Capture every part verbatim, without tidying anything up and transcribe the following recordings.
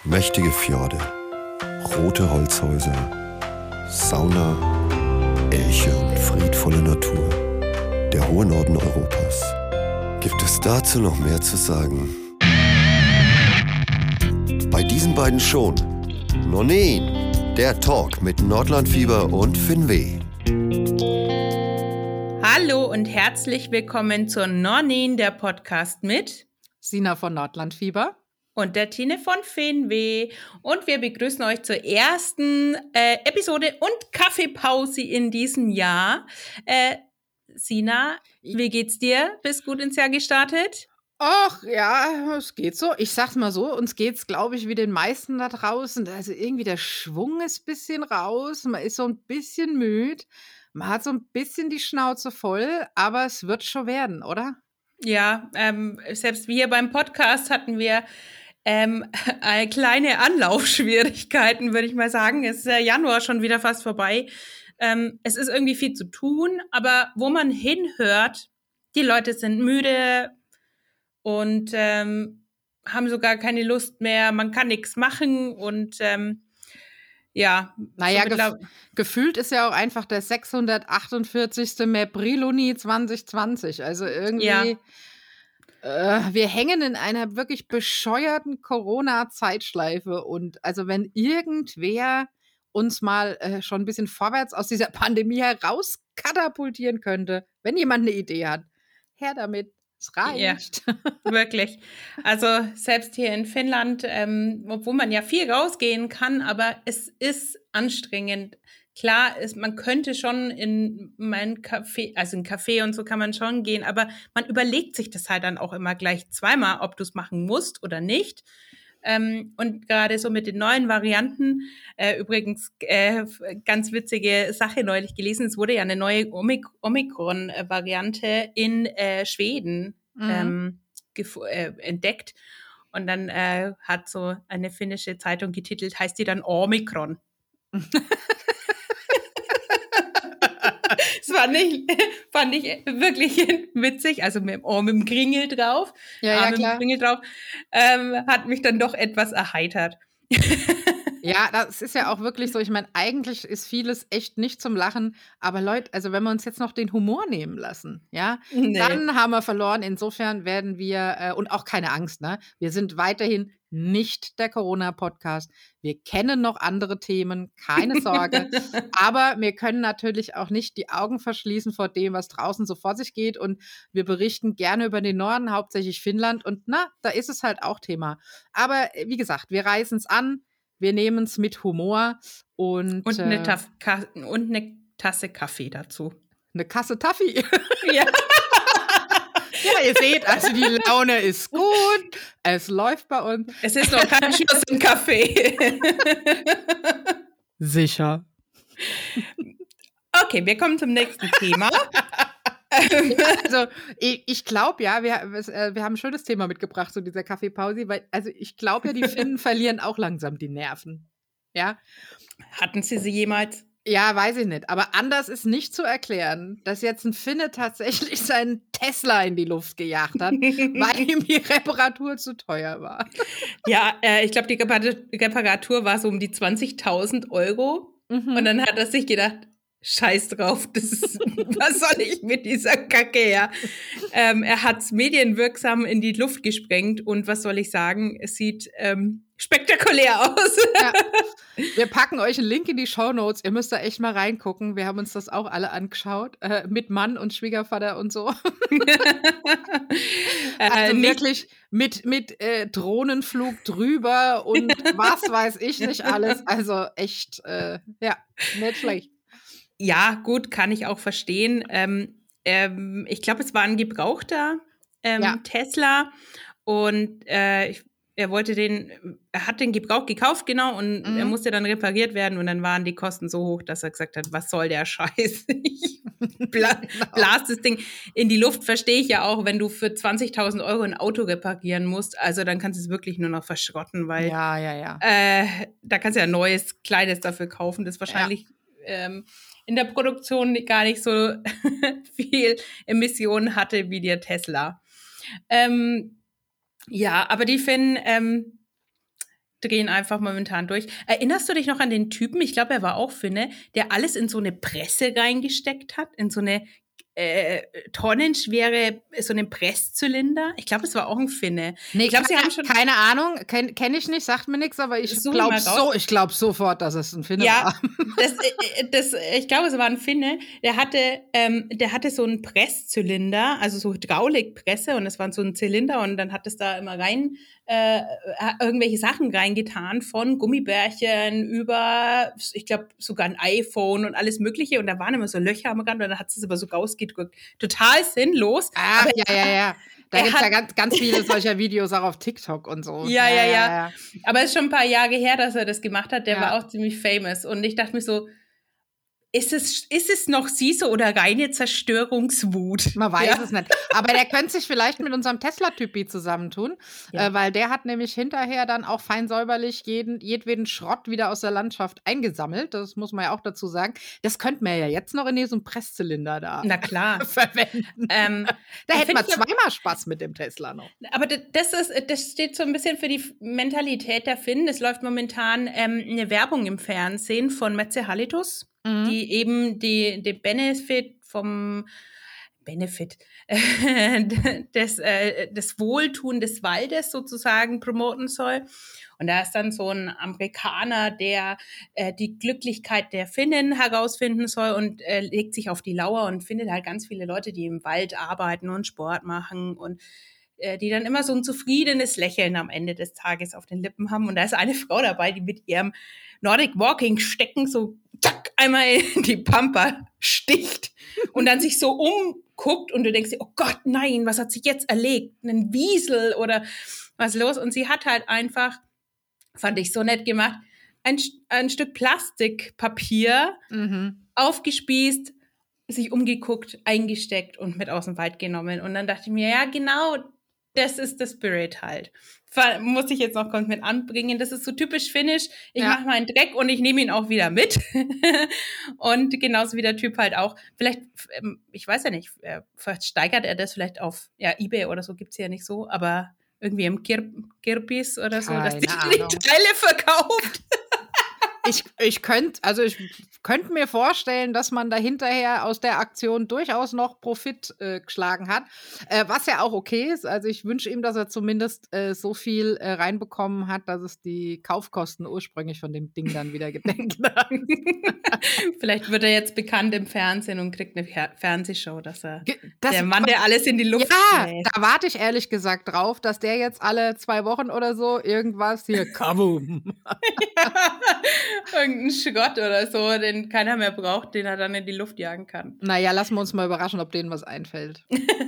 Mächtige Fjorde, rote Holzhäuser, Sauna, Elche und friedvolle Natur. Der hohe Norden Europas. Gibt es dazu noch mehr zu sagen? Bei diesen beiden schon. Noneen, der Talk mit Nordlandfieber und Finweh. Hallo und herzlich willkommen zur Noneen, der Podcast mit Sina von Nordlandfieber und der Tine von Finweh. Und wir begrüßen euch zur ersten äh, Episode und Kaffeepause in diesem Jahr. Äh, Sina, wie geht's dir? Bist gut ins Jahr gestartet? Ach ja, es geht so. Ich sag's mal so, uns geht's, glaube ich, wie den meisten da draußen. Also irgendwie der Schwung ist ein bisschen raus, man ist so ein bisschen müde, man hat so ein bisschen die Schnauze voll, aber es wird schon werden, oder? Ja, ähm, selbst wir beim Podcast hatten wir ähm, äh, kleine Anlaufschwierigkeiten, würde ich mal sagen. Es ist der Januar schon wieder fast vorbei. Ähm, es ist irgendwie viel zu tun, aber wo man hinhört, die Leute sind müde und ähm, haben sogar keine Lust mehr, man kann nichts machen und ähm, ja. Naja, so gef- gefühlt ist ja auch einfach der sechshundertachtundvierzigste März-Juni zwanzig zwanzig. Also irgendwie, Ja. äh, wir hängen in einer wirklich bescheuerten Corona-Zeitschleife. Und also wenn irgendwer uns mal äh, schon ein bisschen vorwärts aus dieser Pandemie heraus katapultieren könnte, wenn jemand eine Idee hat, her damit. Es reicht. Ja, wirklich. Also selbst hier in Finnland, ähm, obwohl man ja viel rausgehen kann, aber es ist anstrengend. Klar, ist, man könnte schon in mein Café, also in Café und so kann man schon gehen, aber man überlegt sich das halt dann auch immer gleich zweimal, ob du es machen musst oder nicht. Ähm, und gerade so mit den neuen Varianten, äh, übrigens äh, ganz witzige Sache neulich gelesen, es wurde ja eine neue Omik- Omikron-Variante in äh, Schweden Mhm. ähm, gef- äh, entdeckt. Und dann äh, hat so eine finnische Zeitung getitelt, heißt die dann Omikron. Das fand ich, fand ich wirklich witzig, also mit dem O mit dem Kringel drauf, Ja, ja, A mit dem klar. Kringel drauf, ähm, hat mich dann doch etwas erheitert. Ja, das ist ja auch wirklich so. Ich meine, eigentlich ist vieles echt nicht zum Lachen. Aber Leute, also wenn wir uns jetzt noch den Humor nehmen lassen, ja, Nee. dann haben wir verloren. Insofern werden wir, äh, und auch keine Angst, ne? Wir sind weiterhin nicht der Corona-Podcast. Wir kennen noch andere Themen, keine Sorge. Aber wir können natürlich auch nicht die Augen verschließen vor dem, was draußen so vor sich geht. Und wir berichten gerne über den Norden, hauptsächlich Finnland. Und na, da ist es halt auch Thema. Aber äh, wie gesagt, wir reißen es an. Wir nehmen es mit Humor und, Und eine, äh, Taf- Ka- und eine Tasse Kaffee dazu. eine Kasse Taffee. Ja. Ja, ihr seht, also die Laune ist gut. Es läuft bei uns. Es ist noch kein Schluss im Kaffee. Sicher. Okay, wir kommen zum nächsten Thema. Also ich, ich glaube ja, wir, äh, wir haben ein schönes Thema mitgebracht zu dieser Kaffeepause, weil also ich glaube ja, die Finnen verlieren auch langsam die Nerven. Ja? Hatten Sie sie jemals? Ja, weiß ich nicht. Aber anders ist nicht zu erklären, dass jetzt ein Finne tatsächlich seinen Tesla in die Luft gejagt hat, weil ihm die Reparatur zu teuer war. Ja, äh, ich glaube, die Repar- Reparatur war so um die zwanzigtausend Euro. Mhm. Und dann hat er sich gedacht, scheiß drauf, das ist, was soll ich mit dieser Kacke her? Ähm, er hat es medienwirksam in die Luft gesprengt und was soll ich sagen, es sieht ähm, spektakulär aus. Ja. Wir packen euch einen Link in die Shownotes. Ihr müsst da echt mal reingucken. Wir haben uns das auch alle angeschaut. Äh, mit Mann und Schwiegervater und so. Also äh, wirklich mit, mit äh, Drohnenflug drüber und was weiß ich nicht alles. Also echt, äh, ja, nicht schlecht. Ja, gut, kann ich auch verstehen. Ähm, ähm, ich glaube, es war ein gebrauchter ähm, Ja. Tesla und äh, ich, er wollte den, er hat den Gebrauch gekauft, genau, und Mhm. er musste dann repariert werden und dann waren die Kosten so hoch, dass er gesagt hat, was soll der Scheiß? Ich bla, Genau. blas das Ding in die Luft, verstehe ich ja auch, wenn du für zwanzigtausend Euro ein Auto reparieren musst, also dann kannst du es wirklich nur noch verschrotten, weil Ja, ja, ja. äh, da kannst du ja ein neues, kleines dafür kaufen, das wahrscheinlich ähm, in der Produktion gar nicht so viel Emissionen hatte wie der Tesla. Ähm, ja, aber die Finnen, ähm, drehen einfach momentan durch. Erinnerst du dich noch an den Typen, ich glaube, er war auch Finne, der alles in so eine Presse reingesteckt hat, in so eine äh, tonnenschwere, so einen Presszylinder? Ich glaube, es war auch ein Finne. Nee, ich glaube, keine, sie haben schon keine Ahnung, kenne kenn ich nicht, sagt mir nichts, aber ich Such glaube mal raus. so, ich glaube sofort, dass es ein Finne ja, war. das, äh, das, ich glaube, es war ein Finne. Der hatte, ähm, der hatte so einen Presszylinder, also so Hydraulikpresse, und es war so ein Zylinder, und dann hat es da immer rein äh, irgendwelche Sachen reingetan, von Gummibärchen über, ich glaube, sogar ein iPhone und alles Mögliche, und da waren immer so Löcher am Rand, und dann hat es aber so rausgedrückt. Total sinnlos. Ach, aber ja, ja, ja. Da er gibt es ja hat- ganz, ganz viele solcher Videos auch auf TikTok und so. Ja, ja, ja. Aber es ist schon ein paar Jahre her, dass er das gemacht hat. Der Ja. war auch ziemlich famous. Und ich dachte mir so, ist es, ist es noch Siso oder reine Zerstörungswut? Man weiß Ja. es nicht. Aber der könnte sich vielleicht mit unserem Tesla-Typi zusammentun, Ja. äh, weil der hat nämlich hinterher dann auch fein säuberlich jeden, jedweden Schrott wieder aus der Landschaft eingesammelt. Das muss man ja auch dazu sagen. Das könnte man ja jetzt noch in diesem Presszylinder da Na klar. verwenden. Ähm, Da ich hätte man find ja- zweimal Spaß mit dem Tesla noch. Aber d- das, ist, das steht so ein bisschen für die Mentalität der Finnen. Es läuft momentan ähm, eine Werbung im Fernsehen von Metsähallitus, Mhm. die eben die, den Benefit vom Benefit des, äh, des Wohltun des Waldes sozusagen promoten soll. Und da ist dann so ein Amerikaner, der äh, die Glücklichkeit der Finnen herausfinden soll, und äh, legt sich auf die Lauer und findet halt ganz viele Leute, die im Wald arbeiten und Sport machen und äh, die dann immer so ein zufriedenes Lächeln am Ende des Tages auf den Lippen haben. Und da ist eine Frau dabei, die mit ihrem Nordic Walking Stecken so zack, einmal in die Pampa sticht und dann sich so umguckt, und du denkst dir, oh Gott, nein, was hat sie jetzt erlegt? Einen Wiesel oder was los? Und sie hat halt einfach, fand ich so nett gemacht, ein, ein Stück Plastikpapier Mhm. aufgespießt, sich umgeguckt, eingesteckt und mit aus dem Wald genommen. Und dann dachte ich mir, ja, genau, das ist der Spirit halt. Ver- Muss ich jetzt noch kurz mit anbringen. Das ist so typisch finnisch. Ich Ja. mache meinen Dreck und ich nehme ihn auch wieder mit. Und genauso wie der Typ halt auch. Vielleicht, ähm, ich weiß ja nicht, äh, versteigert er das vielleicht auf ja, eBay oder so, gibt's ja nicht so, aber irgendwie im Kir Kirpis oder so, dass die, Keine die Ahnung. Teile verkauft. Ich, ich könnte, also ich könnte mir vorstellen, dass man da hinterher aus der Aktion durchaus noch Profit äh, geschlagen hat, äh, was ja auch okay ist. Also ich wünsche ihm, dass er zumindest äh, so viel äh, reinbekommen hat, dass es die Kaufkosten ursprünglich von dem Ding dann wieder gedenkt hat. Vielleicht wird er jetzt bekannt im Fernsehen und kriegt eine Fer Fernsehshow, dass er Ge- Das, der Mann, der alles in die Luft ja, bläst. da warte ich ehrlich gesagt drauf, dass der jetzt alle zwei Wochen oder so irgendwas hier Kabum. Irgendein Schrott oder so, den keiner mehr braucht, den er dann in die Luft jagen kann. Naja, lassen wir uns mal überraschen, ob denen was einfällt.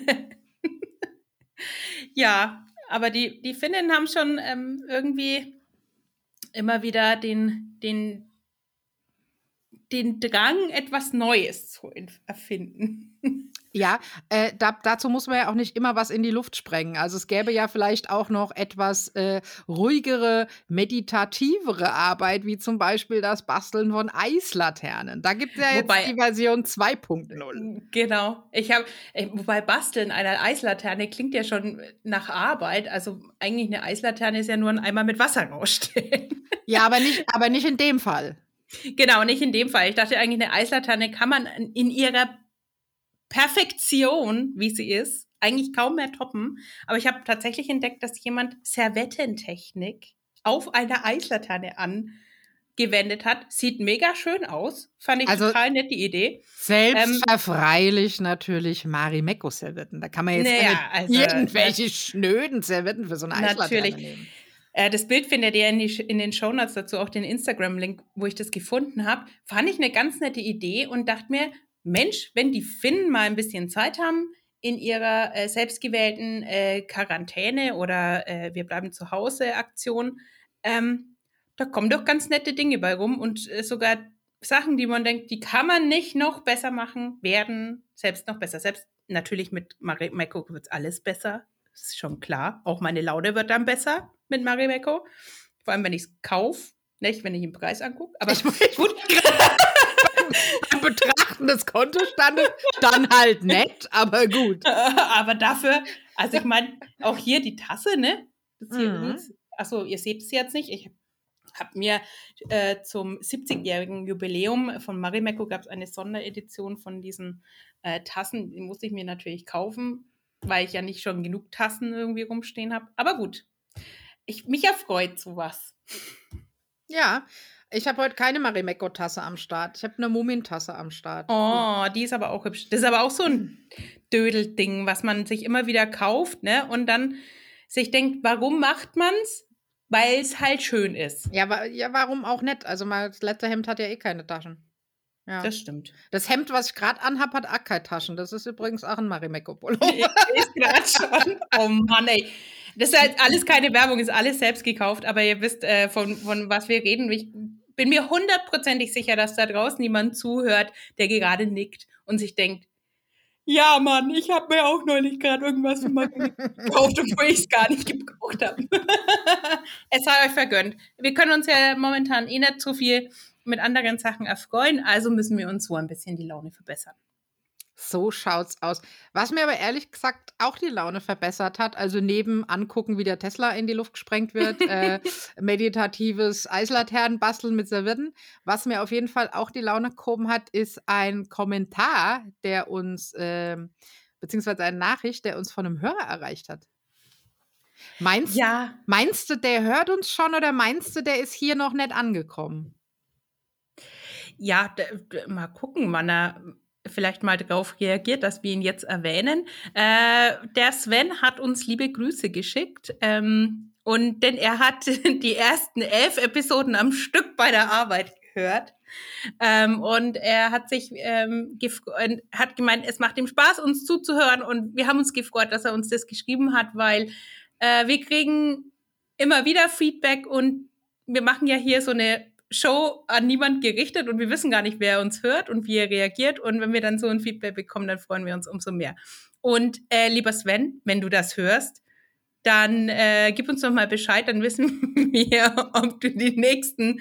Ja, aber die, die Finnen haben schon ähm, irgendwie immer wieder den, den, den Drang, etwas Neues zu erfinden. Ja, äh, da, dazu muss man ja auch nicht immer was in die Luft sprengen. Also es gäbe ja vielleicht auch noch etwas äh, ruhigere, meditativere Arbeit, wie zum Beispiel das Basteln von Eislaternen. Da gibt es ja jetzt Wobei- die Version zwei Punkt null. Genau. Ich habe, wobei Basteln einer Eislaterne klingt ja schon nach Arbeit. Also eigentlich eine Eislaterne ist ja nur ein Eimer mit Wasser rausstellen. Ja, aber nicht, aber nicht in dem Fall. Genau, nicht in dem Fall. Ich dachte eigentlich, eine Eislaterne kann man in ihrer Perfektion, wie sie ist, eigentlich kaum mehr toppen. Aber ich habe tatsächlich entdeckt, dass jemand Servettentechnik auf einer Eislaterne angewendet hat. Sieht mega schön aus. Fand ich Also- total nett, die Idee. Selbstverfreilich natürlich Marimekko-Servietten. Da kann man jetzt Naja, nicht also, irgendwelche schnöden Servietten für so eine Eislaterne Natürlich. nehmen. Äh, das Bild findet ihr in, die, in den Shownotes dazu, auch den Instagram-Link, wo ich das gefunden habe. Fand ich eine ganz nette Idee und dachte mir, Mensch, wenn die Finnen mal ein bisschen Zeit haben in ihrer äh, selbstgewählten äh, Quarantäne oder äh, wir bleiben zu Hause Aktion, ähm, da kommen doch ganz nette Dinge bei rum und äh, sogar Sachen, die man denkt, die kann man nicht noch besser machen, werden selbst noch besser. Selbst natürlich mit Marimekko wird alles besser, das ist schon klar. Auch meine Laune wird dann besser mit Marimekko, vor allem wenn ich es kaufe, nicht wenn ich den Preis angucke. Aber Ich- ich- gut. Beim Betrachten des Kontostandes dann halt nett, aber gut. Aber dafür, also ich meine, auch hier die Tasse, ne? Das hier Mhm. übrigens achso, ihr seht es jetzt nicht, ich habe mir äh, zum siebzigjährigen Jubiläum von Marimekko gab es eine Sonderedition von diesen äh, Tassen, die musste ich mir natürlich kaufen, weil ich ja nicht schon genug Tassen irgendwie rumstehen habe. Aber gut, ich, mich erfreut sowas. Ja, ich habe heute keine Marimekko-Tasse am Start. Ich habe eine Mumin-Tasse am Start. Oh, die ist aber auch hübsch. Das ist aber auch so ein Dödelding, was man sich immer wieder kauft, ne? Und dann sich denkt, warum macht man's? Weil es halt schön ist. Ja, wa- ja, warum auch nicht? Also mal, das letzte Hemd hat ja eh keine Taschen. Ja. Das stimmt. Das Hemd, was ich gerade anhab, hat auch keine Taschen. Das ist übrigens auch ein Marimekko-Pullover. Ist gerade schon. Oh Mann, ey. Das ist halt alles keine Werbung, ist alles selbst gekauft, aber ihr wisst, äh, von, von was wir reden. Ich bin mir hundertprozentig sicher, dass da draußen jemand zuhört, der gerade nickt und sich denkt, ja, Mann, ich habe mir auch neulich gerade irgendwas von Marimekko gekauft, obwohl ich es gar nicht gebraucht habe. Es sei euch vergönnt. Wir können uns ja momentan eh nicht so viel mit anderen Sachen erfreuen, also müssen wir uns so ein bisschen die Laune verbessern. So schaut's aus. Was mir aber ehrlich gesagt auch die Laune verbessert hat, also neben angucken, wie der Tesla in die Luft gesprengt wird, äh, meditatives Eislaternen basteln mit Servietten, was mir auf jeden Fall auch die Laune gehoben hat, ist ein Kommentar, der uns, ähm, beziehungsweise eine Nachricht, der uns von einem Hörer erreicht hat. Meinst, Ja, meinst du, der hört uns schon oder meinst du, der ist hier noch nicht angekommen? ja, d- d- mal gucken, wann er vielleicht mal darauf reagiert, dass wir ihn jetzt erwähnen. Äh, der Sven hat uns liebe Grüße geschickt. Ähm, und denn er hat die ersten elf Episoden am Stück bei der Arbeit gehört. Ähm, und er hat sich ähm, gef- hat gemeint, es macht ihm Spaß, uns zuzuhören. Und wir haben uns gefreut, dass er uns das geschrieben hat, weil äh, wir kriegen immer wieder Feedback und wir machen ja hier so eine Show an niemand gerichtet und wir wissen gar nicht, wer uns hört und wie er reagiert. Und wenn wir dann so ein Feedback bekommen, dann freuen wir uns umso mehr. Und äh, lieber Sven, wenn du das hörst, dann äh, gib uns doch mal Bescheid, dann wissen wir, ob du die nächsten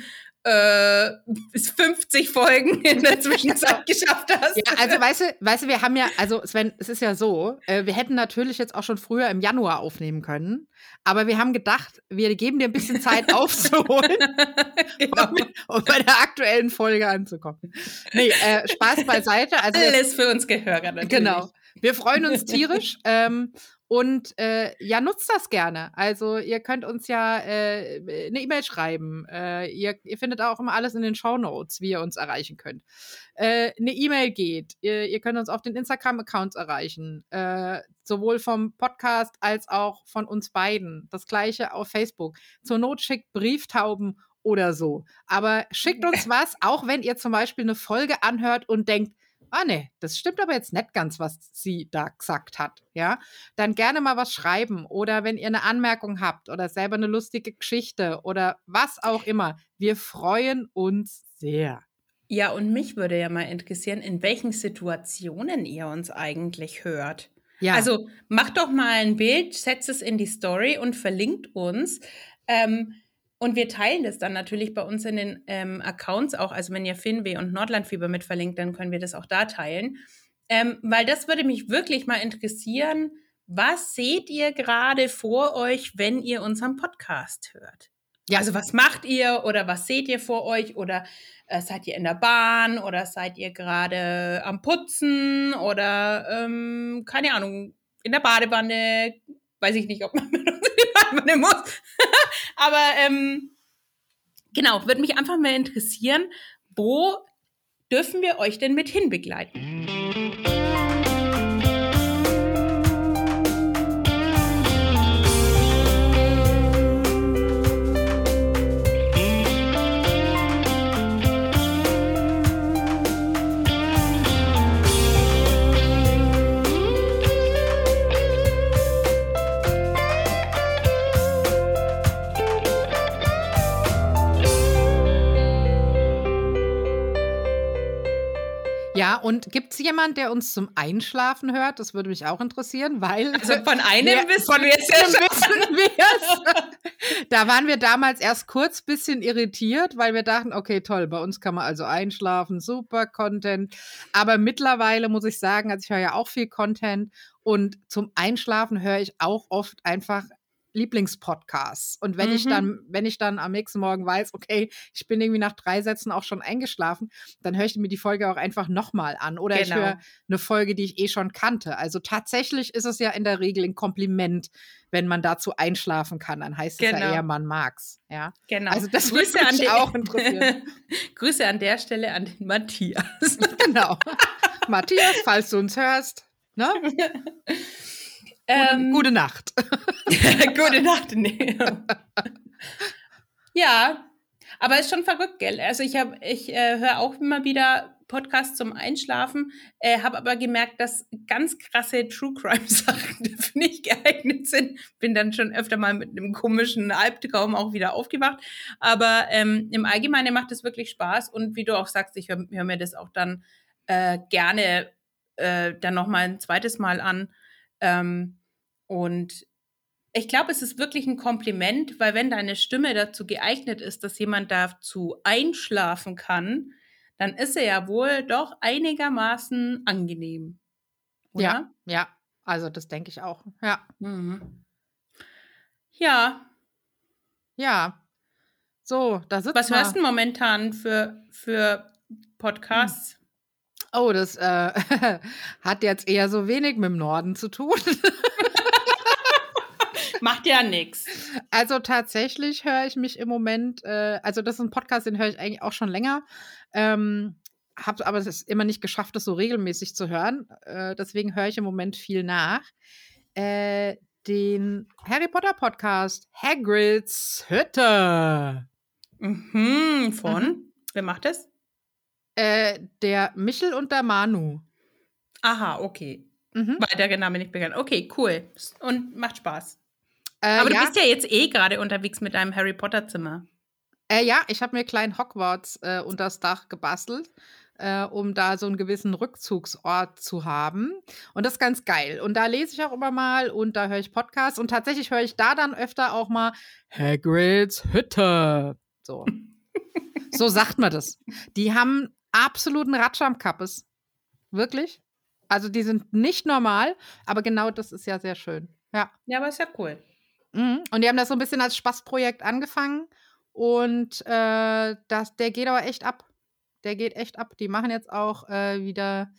äh, bis fünfzig Folgen in der Zwischenzeit geschafft hast. Ja, also weißt du, weißt du, wir haben ja, also Sven, es ist ja so, äh, wir hätten natürlich jetzt auch schon früher im Januar aufnehmen können, aber wir haben gedacht, wir geben dir ein bisschen Zeit aufzuholen, Genau. um, um bei der aktuellen Folge anzukommen. Nee, äh, Spaß beiseite. Also wir, Alles für uns Gehörer natürlich. genau, wir freuen uns tierisch ähm, und äh, ja, nutzt das gerne. Also ihr könnt uns ja äh, eine E-Mail schreiben. Äh, ihr, ihr findet auch immer alles in den Shownotes, wie ihr uns erreichen könnt. Äh, eine E-Mail geht. Ihr, ihr könnt uns auf den Instagram-Accounts erreichen. Äh, sowohl vom Podcast als auch von uns beiden. Das gleiche auf Facebook. Zur Not schickt Brieftauben oder so. Aber schickt uns was, auch wenn ihr zum Beispiel eine Folge anhört und denkt, ah ne, das stimmt aber jetzt nicht ganz, was sie da gesagt hat, ja, dann gerne mal was schreiben oder wenn ihr eine Anmerkung habt oder selber eine lustige Geschichte oder was auch immer. Wir freuen uns sehr. Ja, und mich würde ja mal interessieren, in welchen Situationen ihr uns eigentlich hört. Ja, Also macht doch mal ein Bild, setzt es in die Story und verlinkt uns. Ähm, und wir teilen das dann natürlich bei uns in den ähm, Accounts auch. Also wenn ihr Finweh und Nordlandfieber mit verlinkt, dann können wir das auch da teilen. Ähm, weil das würde mich wirklich mal interessieren. Was seht ihr gerade vor euch, wenn ihr unseren Podcast hört? Ja. Also was macht ihr oder was seht ihr vor euch? Oder äh, seid ihr in der Bahn oder seid ihr gerade am Putzen oder ähm, keine Ahnung, in der Badewanne? Weiß ich nicht, ob man mit uns in die Badewanne muss. Aber ähm, genau, würde mich einfach mal interessieren, wo dürfen wir euch denn mit hinbegleiten? Ja, und gibt es jemanden, der uns zum Einschlafen hört? Das würde mich auch interessieren, weil Also von einem wir- wissen von wir es ja einem schon. wissen wir's. Da waren wir damals erst kurz ein bisschen irritiert, weil wir dachten, okay, toll, bei uns kann man also einschlafen, super Content. Aber mittlerweile muss ich sagen, also ich höre ja auch viel Content und zum Einschlafen höre ich auch oft einfach Lieblingspodcasts. Und wenn Mhm. ich dann, wenn ich dann am nächsten Morgen weiß, okay, ich bin irgendwie nach drei Sätzen auch schon eingeschlafen, dann höre ich mir die Folge auch einfach nochmal an. Oder ich Genau. höre eine Folge, die ich eh schon kannte. Also tatsächlich ist es ja in der Regel ein Kompliment, wenn man dazu einschlafen kann. Dann heißt es ja Genau. eher, man mag's. Ja. Genau. Also das Grüße würde an mich den- auch interessieren. Grüße an der Stelle an den Matthias. Genau. Matthias, falls du uns hörst, ne? Gute, Ähm, gute Nacht. Gute Nacht. Nee. Ja, aber ist schon verrückt, gell? Also ich habe, ich äh, höre auch immer wieder Podcasts zum Einschlafen, äh, habe aber gemerkt, dass ganz krasse True Crime Sachen dafür nicht geeignet sind. Bin dann schon öfter mal mit einem komischen Albtraum auch wieder aufgewacht. Aber ähm, im Allgemeinen macht es wirklich Spaß und wie du auch sagst, ich höre hör mir das auch dann äh, gerne äh, dann noch mal ein zweites Mal an. Ähm, und ich glaube, es ist wirklich ein Kompliment, weil wenn deine Stimme dazu geeignet ist, dass jemand dazu einschlafen kann, dann ist er ja wohl doch einigermaßen angenehm, oder? Ja, ja. Also das denke ich auch. Ja, Mhm. Ja, ja. So, da sitzt was man. hörst du momentan für, für Podcasts? Oh, das äh, hat jetzt eher so wenig mit dem Norden zu tun. Macht ja nichts. Also tatsächlich höre ich mich im Moment, äh, also das ist ein Podcast, den höre ich eigentlich auch schon länger. Ähm, habe aber es immer nicht geschafft, das so regelmäßig zu hören. Äh, deswegen höre ich im Moment viel nach. Äh, den Harry Potter Podcast Hagrids Hütte. Mhm, von? Mhm. Wer macht das? Äh, der Michel und der Manu. Aha, okay. Mhm. Weiterer Name nicht bekannt. Okay, cool. Und macht Spaß. Äh, Aber du ja, bist ja jetzt eh gerade unterwegs mit deinem Harry Potter Zimmer. äh, ja, ich habe mir kleinen Hogwarts äh, unters Dach gebastelt, äh, um da so einen gewissen Rückzugsort zu haben. Und das ist ganz geil. Und da lese ich auch immer mal und da höre ich Podcasts. Und tatsächlich höre ich da dann öfter auch mal Hagrids Hütte. So. So sagt man das. Die haben absoluten Ratsch am Kappes. Wirklich. Also die sind nicht normal, aber genau das ist ja sehr schön. Ja. Ja, aber ist ja cool. Mhm. Und die haben das so ein bisschen als Spaßprojekt angefangen und äh, das, der geht aber echt ab. Der geht echt ab. Die machen jetzt auch äh, wieder,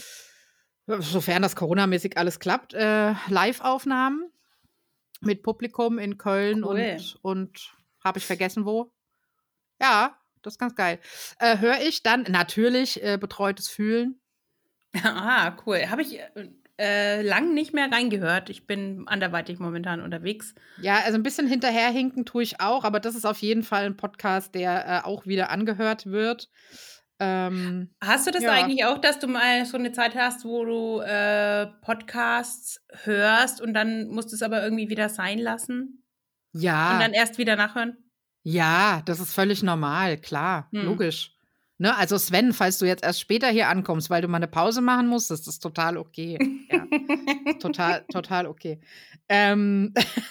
sofern das Corona-mäßig alles klappt, äh, Live-Aufnahmen mit Publikum in Köln Cool. und, und habe ich vergessen wo. Ja, das ist ganz geil. Äh, Höre ich dann natürlich äh, betreutes Fühlen. Ah, cool. Habe ich äh, lang nicht mehr reingehört. Ich bin anderweitig momentan unterwegs. Ja, also ein bisschen hinterherhinken tue ich auch, aber das ist auf jeden Fall ein Podcast, der äh, auch wieder angehört wird. Ähm, Hast du das ja. eigentlich auch, dass du mal so eine Zeit hast, wo du äh, Podcasts hörst und dann musst du es aber irgendwie wieder sein lassen und Ja, dann erst wieder nachhören? ja, das ist völlig normal, klar, Hm. logisch. Ne, also Sven, falls du jetzt erst später hier ankommst, weil du mal eine Pause machen musst, das ist total okay. Ja, total, total okay. Ähm,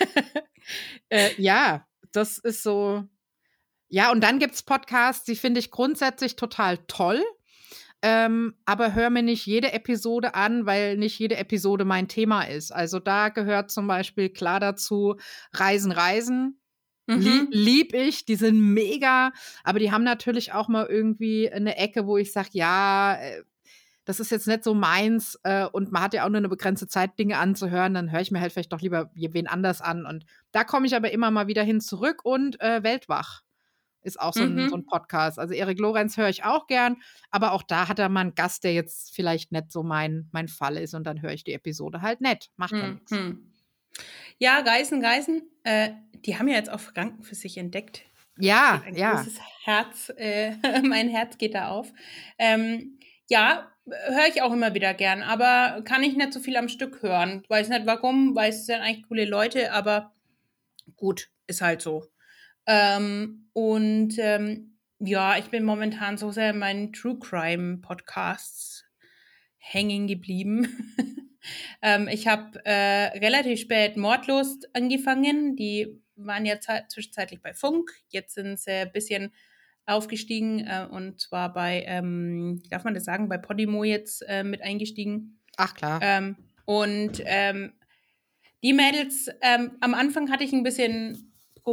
äh, ja, das ist so. Ja, und dann gibt es Podcasts, die finde ich grundsätzlich total toll. Ähm, aber hör mir nicht jede Episode an, weil nicht jede Episode mein Thema ist. Also da gehört zum Beispiel klar dazu Reisen, Reisen. Lie Mhm. lieb ich, die sind mega, aber die haben natürlich auch mal irgendwie eine Ecke, wo ich sage, ja, äh, das ist jetzt nicht so meins äh, und man hat ja auch nur eine begrenzte Zeit, Dinge anzuhören, dann höre ich mir halt vielleicht doch lieber wen anders an. Und da komme ich aber immer mal wieder hin zurück und äh, Weltwach ist auch so ein, Mhm. so ein Podcast. Also Erik Lorenz höre ich auch gern, aber auch da hat er mal einen Gast, der jetzt vielleicht nicht so mein, mein Fall ist und dann höre ich die Episode halt nicht. Macht ja nichts. Mhm. Ja, Reisen, Reisen, äh, die haben ja jetzt auch Franken für sich entdeckt. Ja, Ein ja. großes Herz, äh, mein Herz geht da auf. Ähm, ja, höre ich auch immer wieder gern, aber kann ich nicht so viel am Stück hören. Weiß nicht warum, weil es sind eigentlich coole Leute, aber gut, ist halt so. Ähm, und ähm, ja, ich bin momentan so sehr in meinen True Crime Podcasts hängen geblieben. ähm, ich habe äh, relativ spät Mordlust angefangen. Die waren ja zwischenzeitlich bei Funk. Jetzt sind sie ein bisschen aufgestiegen äh, und zwar bei, ähm, darf man das sagen, bei Podimo jetzt äh, mit eingestiegen. Ach klar. Ähm, und ähm, Die Mädels, ähm, am Anfang hatte ich ein bisschen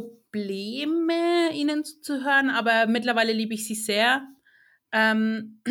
Probleme, ihnen zuzuhören, aber mittlerweile liebe ich sie sehr. Ähm,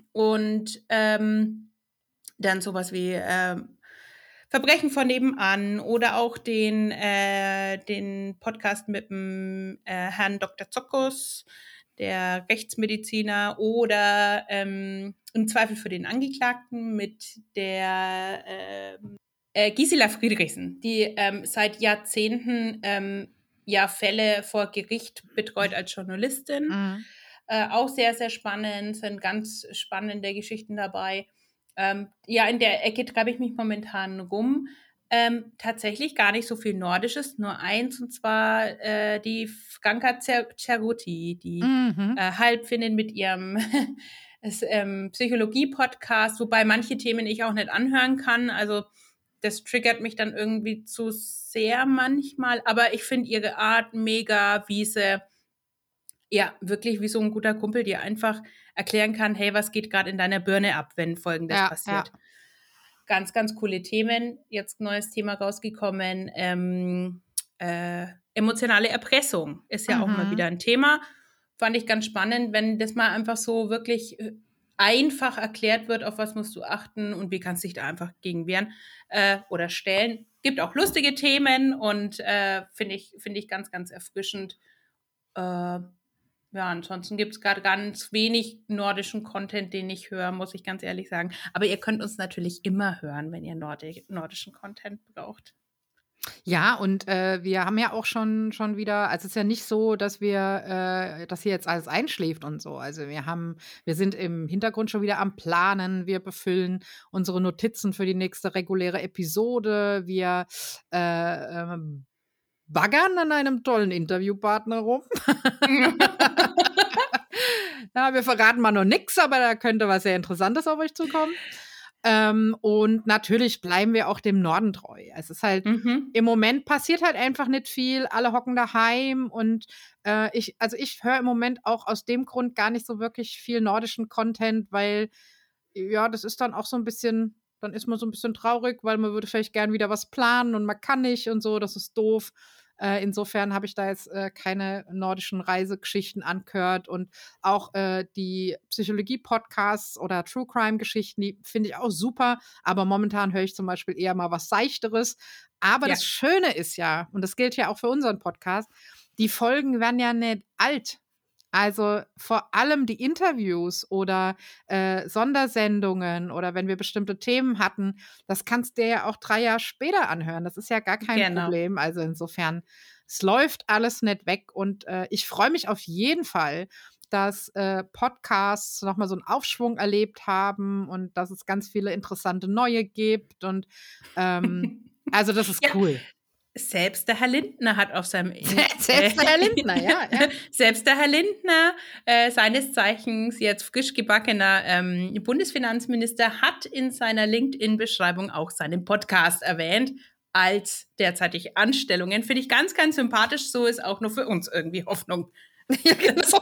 und ähm, dann sowas wie ähm, Verbrechen von nebenan oder auch den, äh, den Podcast mit dem äh, Herrn Doktor Zokos, der Rechtsmediziner, oder ähm, im Zweifel für den Angeklagten mit der äh, äh, Gisela Friedrichsen, die ähm, seit Jahrzehnten ähm, ja Fälle vor Gericht betreut als Journalistin. Mhm. Äh, auch sehr, sehr spannend, sind ganz spannende Geschichten dabei. Ähm, ja, in der Ecke treibe ich mich momentan rum. Ähm, tatsächlich gar nicht so viel Nordisches, nur eins, und zwar äh, die Franka Ceruti, die Mhm. äh, Halbfinnin mit ihrem es, ähm, Psychologie-Podcast, wobei manche Themen ich auch nicht anhören kann. Also das triggert mich dann irgendwie zu sehr manchmal. Aber ich finde ihre Art mega, wie sie ja, wirklich wie so ein guter Kumpel dir einfach erklären kann, hey, was geht gerade in deiner Birne ab, wenn Folgendes Ja, passiert. ja. Ganz, ganz coole Themen. Jetzt ein neues Thema rausgekommen. Ähm, äh, emotionale Erpressung ist ja auch mal Mhm. wieder ein Thema. Fand ich ganz spannend, wenn das mal einfach so wirklich äh, einfach erklärt wird, auf was musst du achten und wie kannst du dich da einfach gegen wehren äh, oder stellen. Gibt auch lustige Themen und äh, finde ich, finde ich ganz, ganz erfrischend. Äh, ja, ansonsten gibt es gerade ganz wenig nordischen Content, den ich höre, muss ich ganz ehrlich sagen. Aber ihr könnt uns natürlich immer hören, wenn ihr Nordi- nordischen Content braucht. Ja, und äh, wir haben ja auch schon, schon wieder, also es ist ja nicht so, dass wir, äh, dass hier jetzt alles einschläft und so. Also wir haben, wir sind im Hintergrund schon wieder am Planen, wir befüllen unsere Notizen für die nächste reguläre Episode, wir äh, ähm, baggern an einem tollen Interviewpartner rum. Ja, wir verraten mal noch nichts, aber da könnte was sehr Interessantes auf euch zukommen. Ähm, und natürlich bleiben wir auch dem Norden treu. Es ist halt, Mhm. im Moment passiert halt einfach nicht viel. Alle hocken daheim und äh, ich, also ich höre im Moment auch aus dem Grund gar nicht so wirklich viel nordischen Content, weil ja, das ist dann auch so ein bisschen, dann ist man so ein bisschen traurig, weil man würde vielleicht gern wieder was planen und man kann nicht und so, das ist doof. Äh, insofern habe ich da jetzt äh, keine nordischen Reisegeschichten angehört und auch äh, die Psychologie-Podcasts oder True-Crime-Geschichten, die finde ich auch super, aber momentan höre ich zum Beispiel eher mal was Seichteres. Aber Ja. das Schöne ist ja, und das gilt ja auch für unseren Podcast, die Folgen werden ja nicht alt. Also vor allem die Interviews oder äh, Sondersendungen oder wenn wir bestimmte Themen hatten, das kannst du dir ja auch drei Jahre später anhören. Das ist ja gar kein Genau. Problem. Also insofern, es läuft alles nicht weg und äh, ich freue mich auf jeden Fall, dass äh, Podcasts nochmal so einen Aufschwung erlebt haben und dass es ganz viele interessante neue gibt und ähm, also das ist Ja. cool. Selbst der Herr Lindner hat auf seinem Selbst der Herr Lindner, ja, ja. Selbst der Herr Lindner, äh, seines Zeichens jetzt frisch gebackener ähm, Bundesfinanzminister, hat in seiner LinkedIn-Beschreibung auch seinen Podcast erwähnt als derzeitige Anstellungen. Finde ich ganz, ganz sympathisch. So ist auch nur für uns irgendwie Hoffnung. Ja, genau.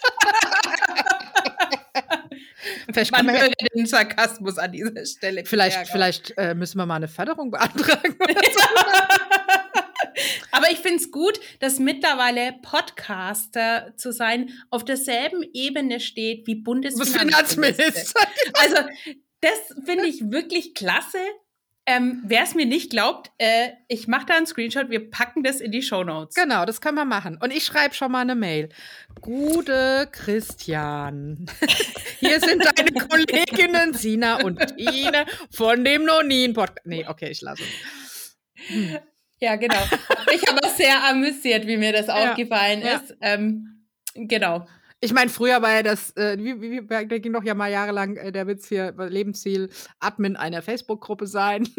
Vielleicht Man kann man- höre den Sarkasmus an dieser Stelle. Vielleicht, Ja, vielleicht äh, müssen wir mal eine Förderung beantragen. Oder so. Aber ich finde es gut, dass mittlerweile Podcaster zu sein auf derselben Ebene steht wie Bundesfinanzminister. Finanzminister. Also das finde ich wirklich klasse. Ähm, Wer es mir nicht glaubt, äh, ich mache da einen Screenshot, wir packen das in die Shownotes. Genau, das können wir machen. Und ich schreibe schon mal eine Mail. Gute Christian, hier sind deine Kolleginnen Sina und Tine von dem Nonin-Podcast. Nee, okay, ich lasse es. Hm. Ja, genau. Ich habe auch sehr amüsiert, wie mir das Ja, aufgefallen ja. ist. Ähm, genau. Ich meine, früher war ja das, äh, wie, wie, wie, da ging doch ja mal jahrelang äh, der Witz hier, Lebensziel, Admin einer Facebook-Gruppe sein.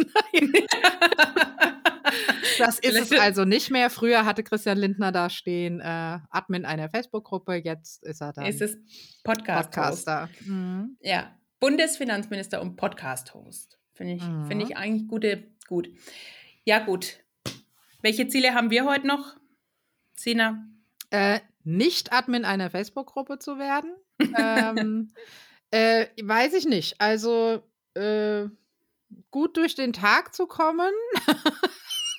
Das ist es also nicht mehr. Früher hatte Christian Lindner da stehen, äh, Admin einer Facebook-Gruppe, jetzt ist er dann Es ist Podcast Podcaster. Mhm. Ja, Bundesfinanzminister und Podcast-Host. Finde ich, Mhm. finde ich eigentlich gute, gut. Ja, gut. Welche Ziele haben wir heute noch, Sina? Äh, nicht Admin einer Facebook-Gruppe zu werden. ähm, äh, weiß ich nicht. Also äh, gut durch den Tag zu kommen.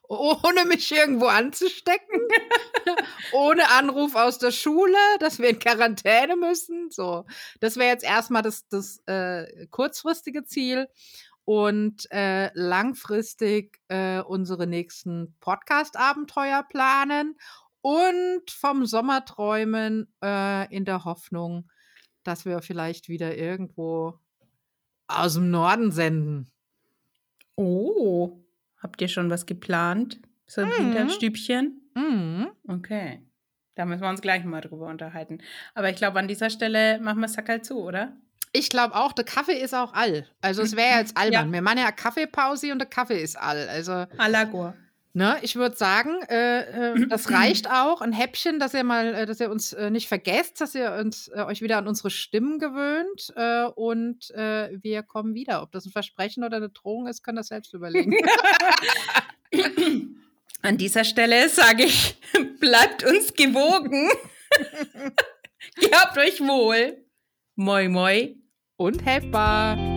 ohne mich irgendwo anzustecken, ohne Anruf aus der Schule, dass wir in Quarantäne müssen. So, das wäre jetzt erstmal das, das äh, kurzfristige Ziel. Und äh, langfristig äh, unsere nächsten Podcast-Abenteuer planen und vom Sommer träumen äh, in der Hoffnung, dass wir vielleicht wieder irgendwo aus dem Norden senden. Oh, habt ihr schon was geplant? So ein Mhm. Hinterstübchen? Mhm. Okay, da müssen wir uns gleich mal drüber unterhalten. Aber ich glaube, an dieser Stelle machen wir Sackerl zu, oder? Ich glaube auch, der Kaffee ist auch all. Also es wäre jetzt albern. Ja. Wir machen ja eine Kaffeepause und der Kaffee ist all. Also Alagor. ne, ich würde sagen, äh, äh, das reicht auch. Ein Häppchen, dass ihr mal, äh, dass ihr uns äh, nicht vergesst, dass ihr uns, äh, euch wieder an unsere Stimmen gewöhnt. Äh, und äh, wir kommen wieder. Ob das ein Versprechen oder eine Drohung ist, könnt ihr selbst überlegen. An dieser Stelle sage ich, bleibt uns gewogen. Gehabt euch wohl. Moi, moi. Und helfbar.